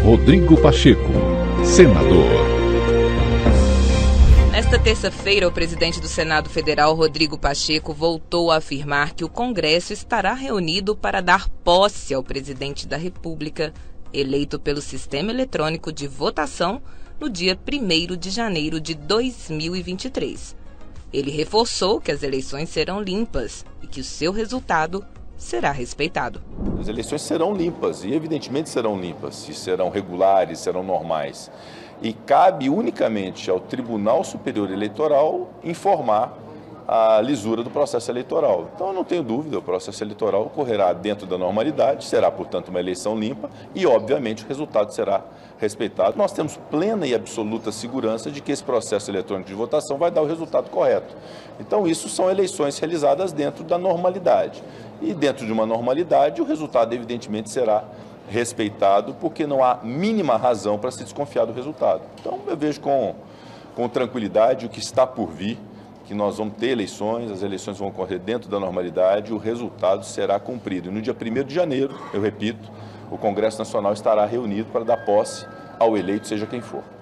Rodrigo Pacheco, senador. Nesta terça-feira, o presidente do Senado Federal, Rodrigo Pacheco, voltou a afirmar que o Congresso estará reunido para dar posse ao presidente da República, eleito pelo Sistema Eletrônico de Votação no dia 1º de janeiro de 2023. Ele reforçou que as eleições serão limpas e que o seu resultado será respeitado. As eleições serão limpas e evidentemente serão limpas, e serão regulares, serão normais. E cabe unicamente ao Tribunal Superior Eleitoral informar a lisura do processo eleitoral. Então, eu não tenho dúvida, o processo eleitoral ocorrerá dentro da normalidade, será, portanto, uma eleição limpa e, obviamente, o resultado será respeitado. Nós temos plena e absoluta segurança de que esse processo eletrônico de votação vai dar o resultado correto. Então, isso são eleições realizadas dentro da normalidade. E, dentro de uma normalidade, o resultado, evidentemente, será respeitado, porque não há mínima razão para se desconfiar do resultado. Então, eu vejo com tranquilidade o que está por vir, que nós vamos ter eleições, as eleições vão ocorrer dentro da normalidade, o resultado será cumprido. E no dia 1º de janeiro, eu repito, o Congresso Nacional estará reunido para dar posse ao eleito, seja quem for.